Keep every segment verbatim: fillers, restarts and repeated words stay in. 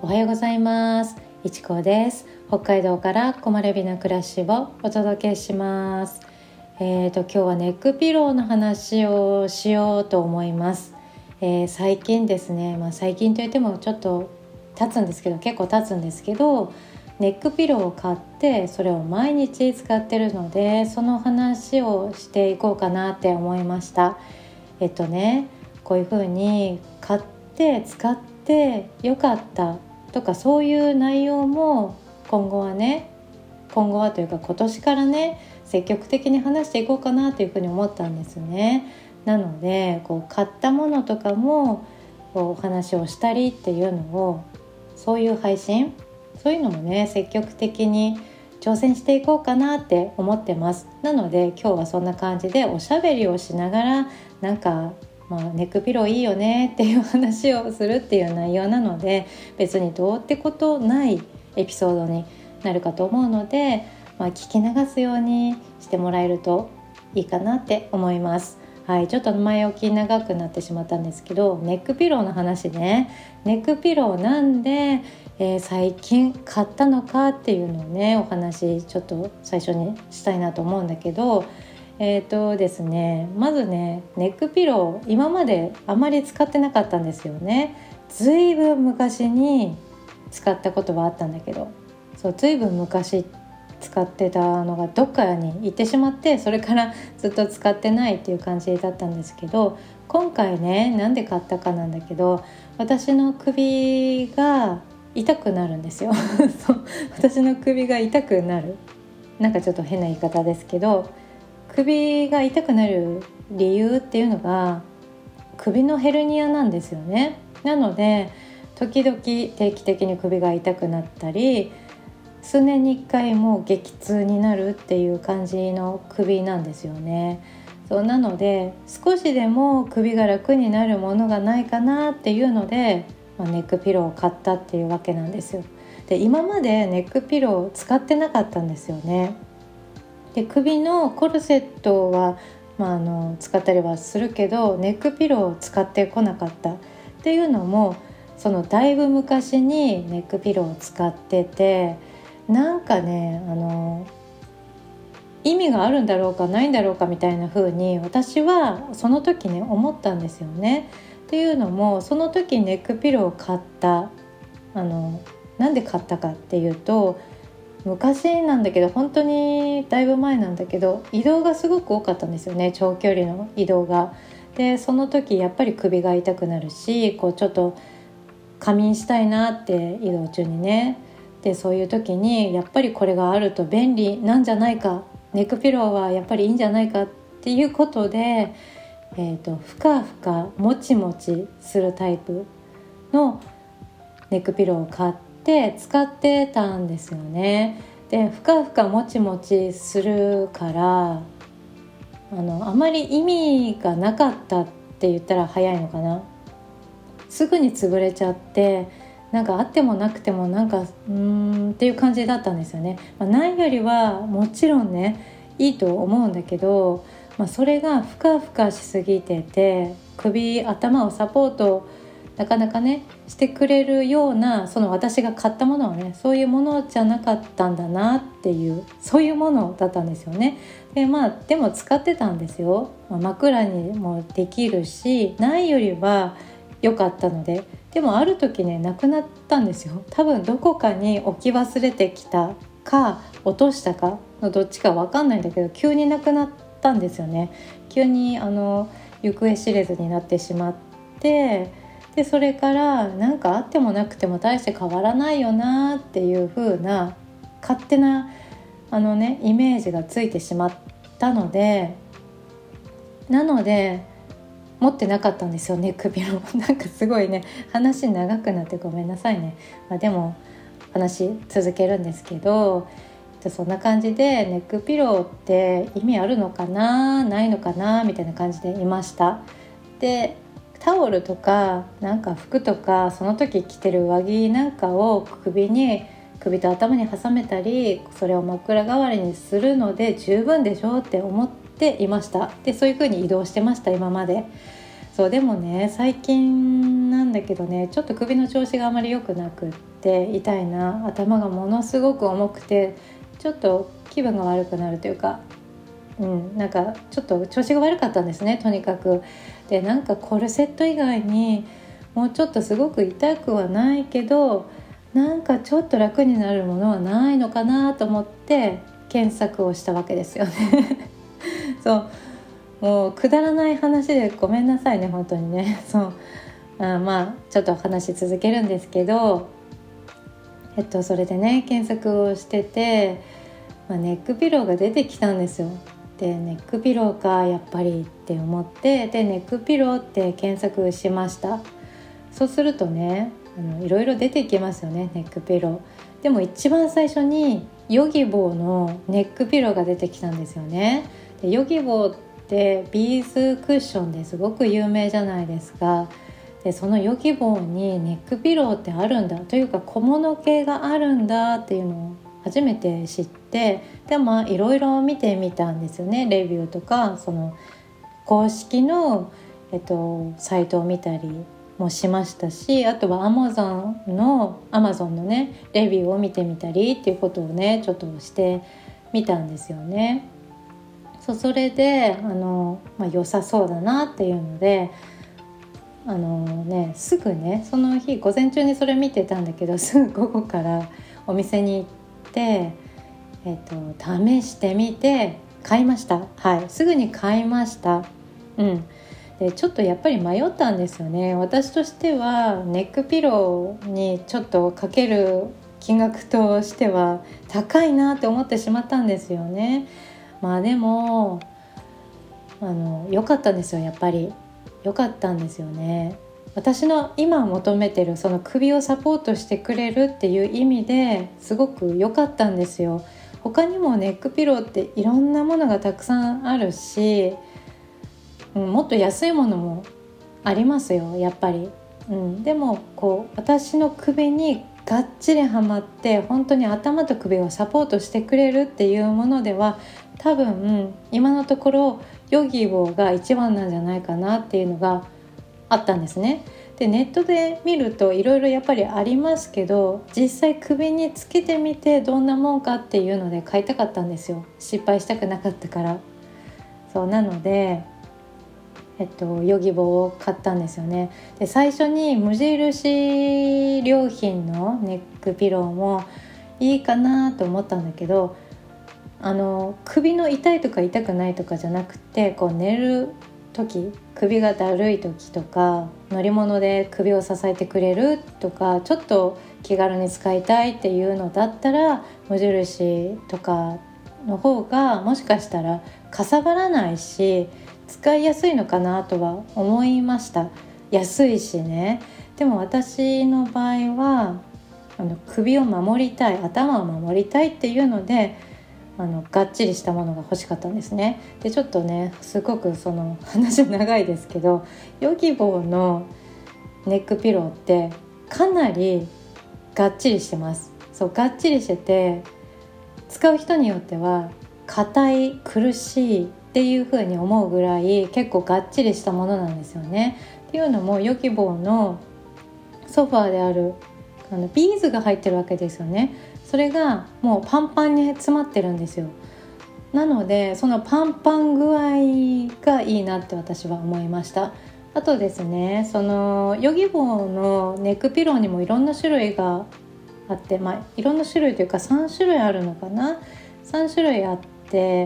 おはようございます。いちこです。北海道から木漏れ日の暮らしをお届けします。えーと今日はネックピローの話をしようと思います。えー、最近ですね、まあ、最近といってもちょっと経つんですけど結構経つんですけどネックピローを買ってそれを毎日使ってるのでその話をしていこうかなって思いました。えっとねこういう風に買って使ってよかったとかそういう内容も今後はね今後はというか今年からね積極的に話していこうかなというふうに思ったんですね。なのでこう買ったものとかもこうお話をしたりっていうのをそういう配信そういうのもね積極的に挑戦していこうかなって思ってます。なので今日はそんな感じでおしゃべりをしながらなんかまあ、ネックピローいいよねっていう話をするっていう内容なので別にどうってことないエピソードになるかと思うので、まあ、聞き流すようにしてもらえるといいかなって思います。はい、ちょっと前置き長くなってしまったんですけどネックピローの話ねネックピローなんで、えー、最近買ったのかっていうのをねお話ちょっと最初にしたいなと思うんだけどえーとですね、まずねネックピロー今まであまり使ってなかったんですよね。ずいぶん昔に使ったことはあったんだけどそうずいぶん昔使ってたのがどっかに行ってしまってそれからずっと使ってないっていう感じだったんですけど今回ねなんで買ったかなんだけど私の首が痛くなるんですよそう私の首が痛くなるなんかちょっと変な言い方ですけど首が痛くなる理由っていうのが首のヘルニアなんですよね。なので時々定期的に首が痛くなったり数年にいっかいも激痛になるっていう感じの首なんですよね。そうなので少しでも首が楽になるものがないかなっていうので、まあ、ネックピローを買ったっていうわけなんですよ。で今までネックピローを使ってなかったんですよね。で首のコルセットは、まあ、あの使ったりはするけどネックピローを使ってこなかったっていうのもそのだいぶ昔にネックピローを使っててなんかねあの意味があるんだろうかないんだろうかみたいな風に私はその時ね思ったんですよね。っていうのもその時ネックピローを買ったあのなんで買ったかっていうと昔なんだけど本当にだいぶ前なんだけど移動がすごく多かったんですよね。長距離の移動がでその時やっぱり首が痛くなるしこうちょっと仮眠したいなって移動中にねでそういう時にやっぱりこれがあると便利なんじゃないかネックピローはやっぱりいいんじゃないかっていうことで、えーと、ふかふかもちもちするタイプのネックピローを買ってで使ってたんですよね。でふかふかもちもちするからあのあまり意味がなかったって言ったら早いのかな。すぐに潰れちゃってなんかあってもなくてもなんかうーんっていう感じだったんですよね。まあ、ないよりはもちろんねいいと思うんだけど、まあ、それがふかふかしすぎてて首頭をサポートなかなかねしてくれるようなその私が買ったものはねそういうものじゃなかったんだなっていうそういうものだったんですよね。でまあでも使ってたんですよ、まあ、枕にもできるしないよりは良かったのででもある時ねなくなったんですよ。多分どこかに置き忘れてきたか落としたかのどっちか分かんないんだけど急になくなったんですよね。急にあの行方知れずになってしまってでそれからなんかあってもなくても大して変わらないよなっていう風な勝手なあのねイメージがついてしまったのでなので持ってなかったんですよネックピローなんかすごいね話長くなってごめんなさいね、まあ、でも話続けるんですけどそんな感じでネックピローって意味あるのかなないのかなみたいな感じでいました。でタオルとかなんか服とかその時着てる上着なんかを首に首と頭に挟めたりそれを枕代わりにするので十分でしょって思っていました。でそういう風に移動してました今まで。そうでもね最近近なんだけどね、ちょっと首の調子があまり良くなくって痛いな、頭がものすごく重くてちょっと気分が悪くなるというか、うん、なんかちょっと調子が悪かったんですね、とにかく。でなんかコルセット以外にもうちょっとすごく痛くはないけどなんかちょっと楽になるものはないのかなと思って検索をしたわけですよねそうもうくだらない話でごめんなさいね本当にね。そうあまあちょっと話し続けるんですけど、えっとそれでね検索をしてて、まあ、ネックピローが出てきたんですよ。でネックピローかやっぱりって思って、でネックピローって検索しました。そうするとねあのいろいろ出てきますよね、ネックピロー。でも一番最初にヨギボーのネックピローが出てきたんですよね。でヨギボーってビーズクッションですごく有名じゃないですか。でそのヨギボーにネックピローってあるんだというか小物系があるんだっていうのを初めて知って、でもまあいろいろ見てみたんですよね。レビューとかその公式の、えっと、サイトを見たりもしましたし、あとは Amazon の Amazon のねレビューを見てみたりっていうことをねちょっとしてみたんですよね。そうそれであの、まあ、良さそうだなっていうのであのねすぐねその日午前中にそれ見てたんだけどすぐ午後からお店に行って、えっと、試してみて買いました。はいすぐに買いました。うんでちょっとやっぱり迷ったんですよね。私としてはネックピローにちょっとかける金額としては高いなって思ってしまったんですよね。まあでもあの良かったんですよ。やっぱり良かったんですよね。私の今求めてるその首をサポートしてくれるっていう意味ですごく良かったんですよ。他にもネックピローっていろんなものがたくさんあるし、うん、もっと安いものもありますよやっぱり、うん、でもこう私の首にがっちりはまって本当に頭と首をサポートしてくれるっていうものでは多分今のところヨギボーが一番なんじゃないかなっていうのがあったんですね。でネットで見るといろいろやっぱりありますけど実際首につけてみてどんなもんかっていうので買いたかったんですよ。失敗したくなかったから。そうなのでえっと、ヨギボーを買ったんですよね。で最初に無印良品のネックピローもいいかなと思ったんだけど、あの首の痛いとか痛くないとかじゃなくてこう寝る時首がだるい時とか乗り物で首を支えてくれるとかちょっと気軽に使いたいっていうのだったら無印とかの方がもしかしたらかさばらないし使いやすいのかなとは思いました。安いしね。でも私の場合はあの首を守りたい、頭を守りたいっていうのであのがっちりしたものが欲しかったんですね。でちょっとねすごくその話長いですけどヨギボーのネックピローってかなりがっちりしてます。そうがっちりしてて使う人によっては硬い苦しいっていう風に思うぐらい結構がっちりしたものなんですよね。っていうのもヨギボーのソファーであるあのビーズが入ってるわけですよね。それがもうパンパンに詰まってるんですよ。なのでそのパンパン具合がいいなって私は思いました。あとですねそのヨギボーのネックピローにもいろんな種類があって、まあ、いろんな種類というかさん種類あるのかな。さん種類あって、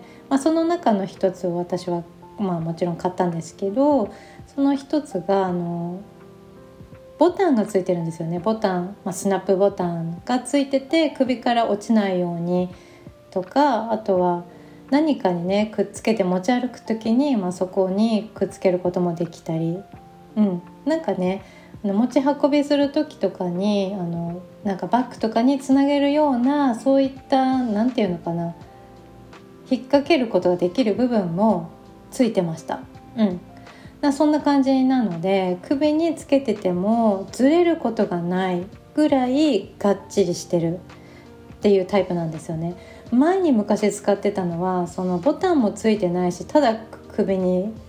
まあ、その中の一つを私は、まあ、もちろん買ったんですけどその一つがあのボタンがついてるんですよね。ボタン、まあ、スナップボタンがついてて首から落ちないようにとかあとは何かにねくっつけて持ち歩くときに、まあ、そこにくっつけることもできたり、うん、なんかね持ち運びする時とかにあのなんかバッグとかにつなげるようなそういったなんていうのかな引っ掛けることができる部分もついてました。うんなそんな感じなので首につけててもずれることがないぐらいがっちりしてるっていうタイプなんですよね。前に昔使ってたのはそのボタンもついてないしただ首に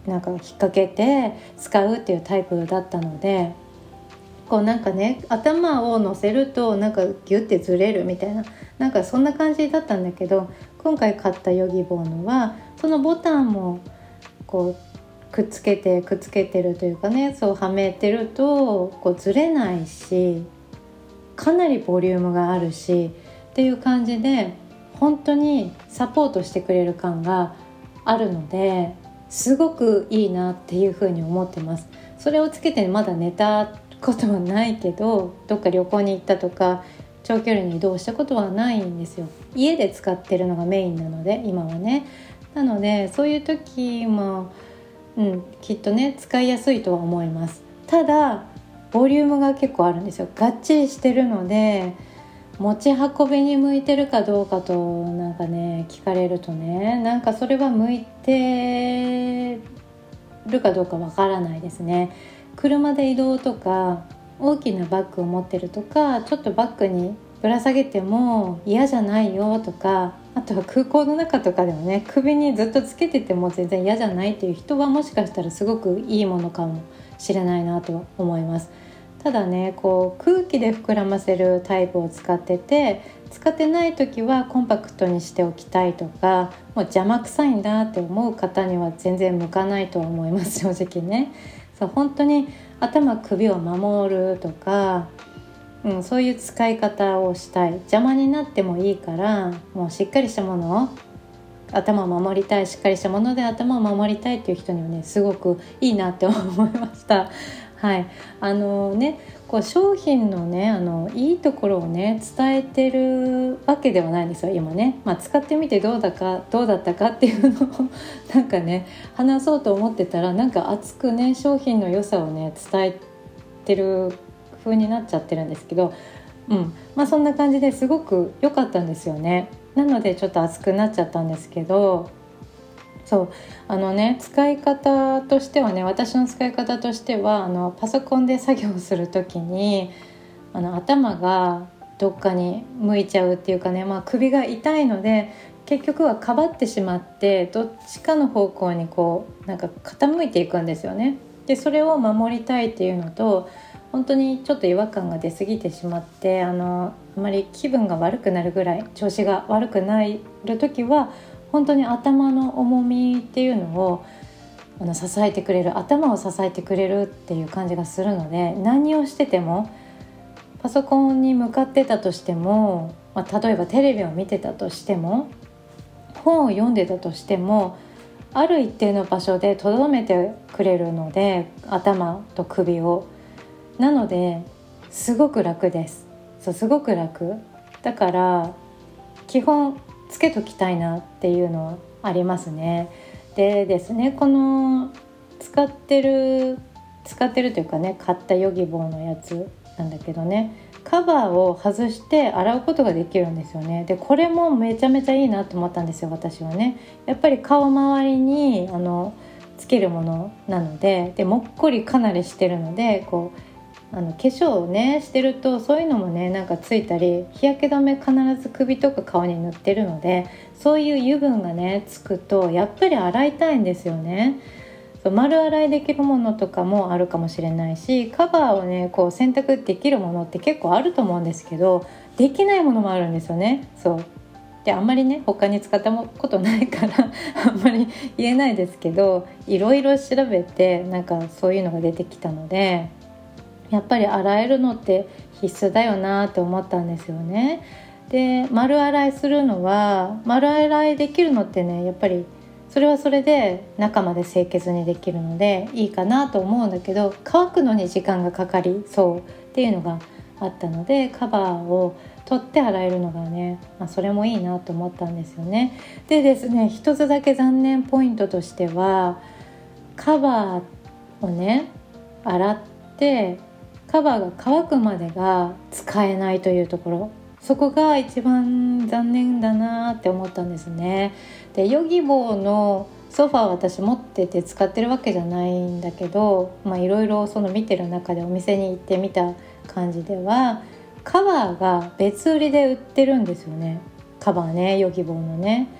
なんか引っ掛けて使うっていうタイプだったので、こうなんかね頭を乗せるとなんかギュッてずれるみたいな、なんかそんな感じだったんだけど、今回買ったヨギボーのはそのボタンもこうくっつけてくっつけてるというかね、そうはめてるとこうずれないし、かなりボリュームがあるしっていう感じで、本当にサポートしてくれる感があるので、すごくいいなっていうふうに思ってます。それをつけてまだ寝たことはないけど、どっか旅行に行ったとか長距離に移動したことはないんですよ。家で使ってるのがメインなので今はね。なのでそういう時も、うん、きっとね使いやすいとは思います。ただボリュームが結構あるんですよ。がっちりしてるので持ち運びに向いてるかどうかとなんかね聞かれるとね、なんかそれは向いてるかどうかわからないですね。車で移動とか大きなバッグを持ってるとか、ちょっとバッグにぶら下げても嫌じゃないよとか、あとは空港の中とかでもね首にずっとつけてても全然嫌じゃないっていう人はもしかしたらすごくいいものかもしれないなと思います。ただねこう空気で膨らませるタイプを使ってて、使ってない時はコンパクトにしておきたいとか、もう邪魔くさいんだって思う方には全然向かないとは思います。正直ね、そう本当に頭首を守るとか、うん、そういう使い方をしたい。邪魔になってもいいからもうしっかりしたものを頭を守りたい、しっかりしたもので頭を守りたいっていう人にはねすごくいいなって思いました。はい、あのねこう商品のねあのいいところをね伝えてるわけではないんですよ今ね、まあ、使ってみてどうだかどうだったかっていうのをなんかね話そうと思ってたら、なんか熱くね商品の良さをね伝えてる風になっちゃってるんですけど、うんまあそんな感じですごく良かったんですよね。なのでちょっと熱くなっちゃったんですけど、そうあのね使い方としてはね、私の使い方としてはあのパソコンで作業するときにあの頭がどっかに向いちゃうっていうかね、まあ、首が痛いので結局はかばってしまってどっちかの方向にこうなんか傾いていくんですよね。でそれを守りたいっていうのと、本当にちょっと違和感が出過ぎてしまってあのあまり気分が悪くなるぐらい調子が悪くなる時は本当に頭の重みっていうのをあの支えてくれる、頭を支えてくれるっていう感じがするので、何をしててもパソコンに向かってたとしても、まあ、例えばテレビを見てたとしても本を読んでたとしてもある一定の場所で留めてくれるので、頭と首を。なのですごく楽です。そうすごく楽だから基本つけときたいなっていうのはありますね。でですね、この使ってる使ってるというかね買ったヨギボーのやつなんだけどね、カバーを外して洗うことができるんですよね。でこれもめちゃめちゃいいなと思ったんですよ私はね。やっぱり顔周りにあのつけるものなので、でもっこりかなりしてるので、こうあの化粧をねしてるとそういうのもねなんかついたり、日焼け止め必ず首とか顔に塗ってるので、そういう油分がねつくとやっぱり洗いたいんですよね。そう丸洗いできるものとかもあるかもしれないし、カバーをねこう洗濯できるものって結構あると思うんですけど、できないものもあるんですよね。そうであんまりね他に使ったことないからあんまり言えないですけど、いろいろ調べてなんかそういうのが出てきたので、やっぱり洗えるのって必須だよなって思ったんですよね。で丸洗いするのは丸洗いできるのってね、やっぱりそれはそれで中まで清潔にできるのでいいかなと思うんだけど、乾くのに時間がかかりそうっていうのがあったので、カバーを取って洗えるのがね、まあ、それもいいなと思ったんですよね。でですね、一つだけ残念ポイントとしては、カバーをね洗ってカバーが乾くまでが使えないというところ、そこが一番残念だなって思ったんですね。でヨギボーのソファー私持ってて使ってるわけじゃないんだけど、まあいろいろその見てる中でお店に行ってみた感じではカバーが別売りで売ってるんですよね。カバーね、ヨギボーのね。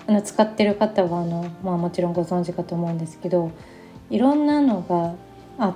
あの使ってる方はあの、まあ、もちろんご存知かと思うんですけど、いろんなのがあって、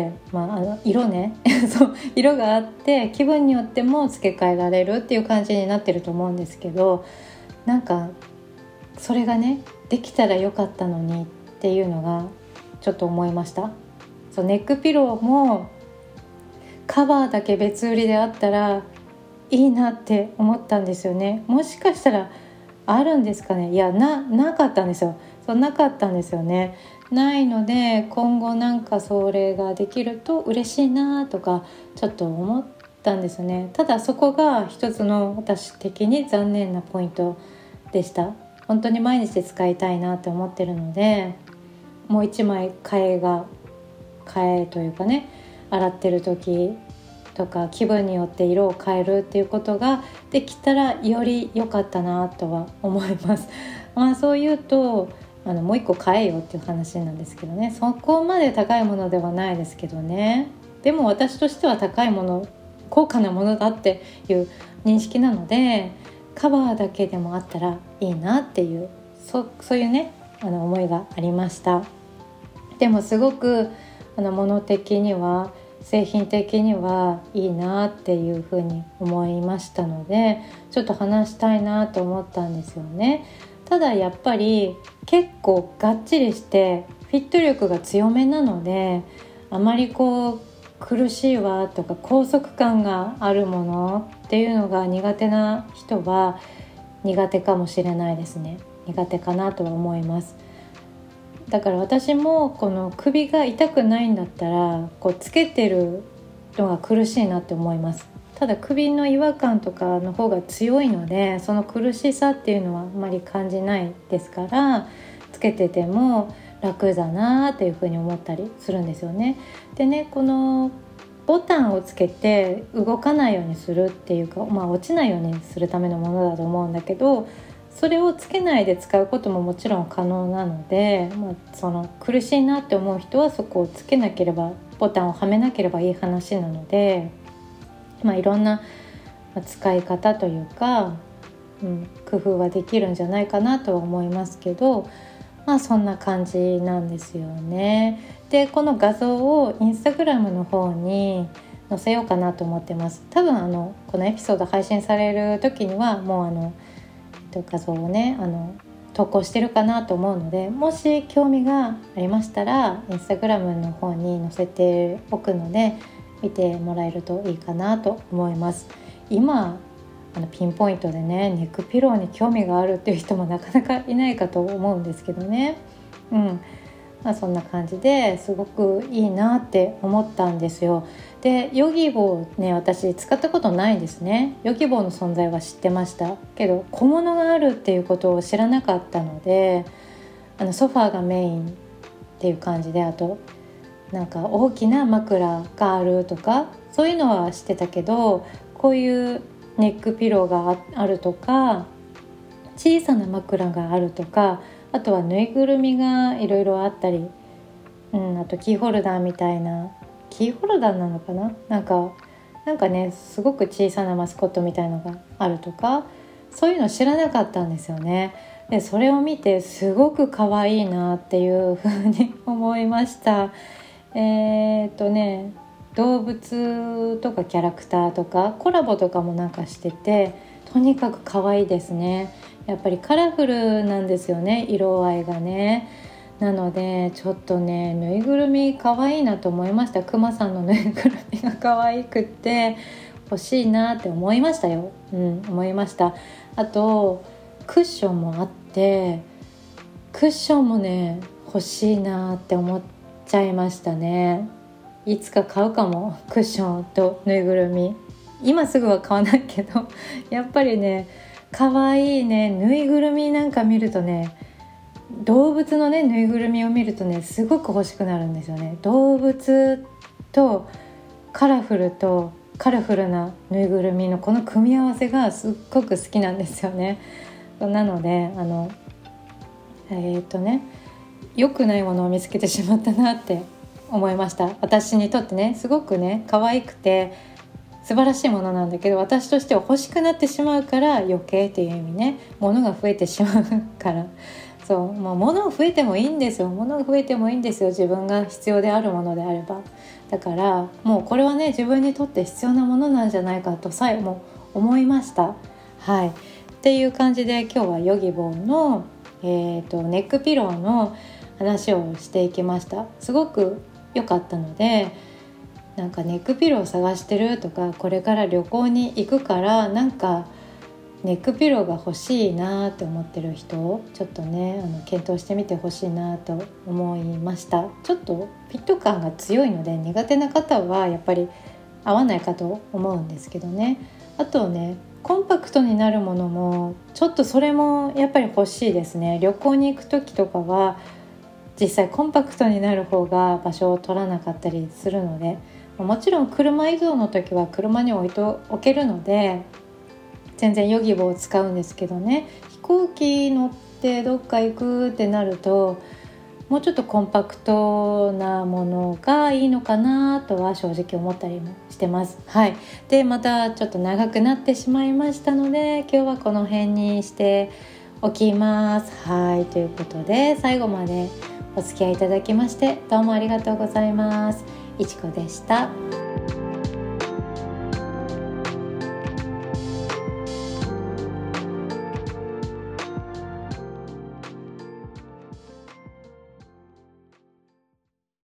まあ、あの色ねそう色があって気分によっても付け替えられるっていう感じになってると思うんですけど、なんかそれがねできたらよかったのにっていうのがちょっと思いました。そうネックピローもカバーだけ別売りであったらいいなって思ったんですよね。もしかしたらあるんですかね。いや な, なかったんですよ。そうなかったんですよね。ないので今後なんかそれができると嬉しいなとかちょっと思ったんですね。ただそこが一つの私的に残念なポイントでした。本当に毎日使いたいなって思ってるので、もう一枚替えが替えというかね、洗ってる時とか気分によって色を変えるっていうことができたらより良かったなとは思います。まあそう言うとあのもう一個買えよっていう話なんですけどね、そこまで高いものではないですけどね。でも私としては高いもの、高価なものだっていう認識なので、カバーだけでもあったらいいなっていう そ, そういうねあの思いがありました。でもすごくあの物的には製品的にはいいなっていうふうに思いましたので、ちょっと話したいなと思ったんですよね。ただやっぱり結構がっちりしてフィット力が強めなので、あまりこう苦しいわとか拘束感があるものっていうのが苦手な人は苦手かもしれないですね。苦手かなとは思います。だから私もこの首が痛くないんだったらこうつけてるのが苦しいなって思います。ただ首の違和感とかの方が強いので、その苦しさっていうのはあんまり感じないですから、つけてても楽だなっていうふうに思ったりするんですよね。でね、このボタンをつけて動かないようにするっていうか、まあ落ちないようにするためのものだと思うんだけど、それをつけないで使うことももちろん可能なので、まあ、その苦しいなって思う人はそこをつけなければ、ボタンをはめなければいい話なので、まあ、いろんな使い方というか、うん、工夫はできるんじゃないかなとは思いますけど、まあそんな感じなんですよね。でこの画像をインスタグラムの方に載せようかなと思ってます。多分あのこのエピソード配信される時にはもうあの画像をねあの投稿してるかなと思うので、もし興味がありましたらインスタグラムの方に載せておくので見てもらえるといいかなと思います。今あのピンポイントでねネックピローに興味があるっていう人もなかなかいないかと思うんですけどね、うんまあ、そんな感じですごくいいなって思ったんですよ。でヨギボーね、私使ったことないんですね。ヨギボーの存在は知ってましたけど、小物があるっていうことを知らなかったので、あのソファーがメインっていう感じで、あとなんか大きな枕があるとかそういうのは知ってたけど、こういうネックピローがあるとか小さな枕があるとか、あとはぬいぐるみがいろいろあったり、うん、あとキーホルダーみたいな、キーホルダーなのかな、なんかなんかねすごく小さなマスコットみたいのがあるとか、そういうの知らなかったんですよね。でそれを見てすごく可愛いなっていうふうに思いました。えー、っとね動物とかキャラクターとかコラボとかもなんかしてて、とにかく可愛いですね。やっぱりカラフルなんですよね、色合いがね。なのでちょっとねぬいぐるみ可愛いなと思いました。クマさんのぬいぐるみが可愛くって欲しいなって思いましたよ。うん思いました。あとクッションもあって、クッションもね欲しいなって思っちゃいましたね。いつか買うかも、クッションとぬいぐるみ。今すぐは買わないけどやっぱりね可愛いねぬいぐるみなんか見るとね、動物のねぬいぐるみを見るとねすごく欲しくなるんですよね。動物とカラフルとカラフルなぬいぐるみのこの組み合わせがすっごく好きなんですよね。なのであのえー、っとね良くないものを見つけてしまったなって思いました。私にとってねすごくね可愛くて素晴らしいものなんだけど、私としては欲しくなってしまうから余計っていう意味ね、物が増えてしまうからそう、もう物が増えてもいいんですよ物が増えてもいいんですよ自分が必要であるものであれば。だからもうこれはね自分にとって必要なものなんじゃないかとさえも思いました。はい、っていう感じで今日はヨギボーの、えーと、ネックピローの話をしていきました。すごく良かったので、なんかネックピロー探してるとか、これから旅行に行くからなんかネックピローが欲しいなって思ってる人、ちょっとねあの検討してみてほしいなと思いました。ちょっとフィット感が強いので苦手な方はやっぱり合わないかと思うんですけどね。あとねコンパクトになるものもちょっとそれもやっぱり欲しいですね。旅行に行く時とかは実際コンパクトになる方が場所を取らなかったりするので、もちろん車移動の時は車に置いておけるので全然ヨギボーを使うんですけどね、飛行機乗ってどっか行くってなるともうちょっとコンパクトなものがいいのかなとは正直思ったりもしてます。はい。でまたちょっと長くなってしまいましたので今日はこの辺にしておきます。はい、ということで最後までお付き合いいただきましてどうもありがとうございます。いちこでした。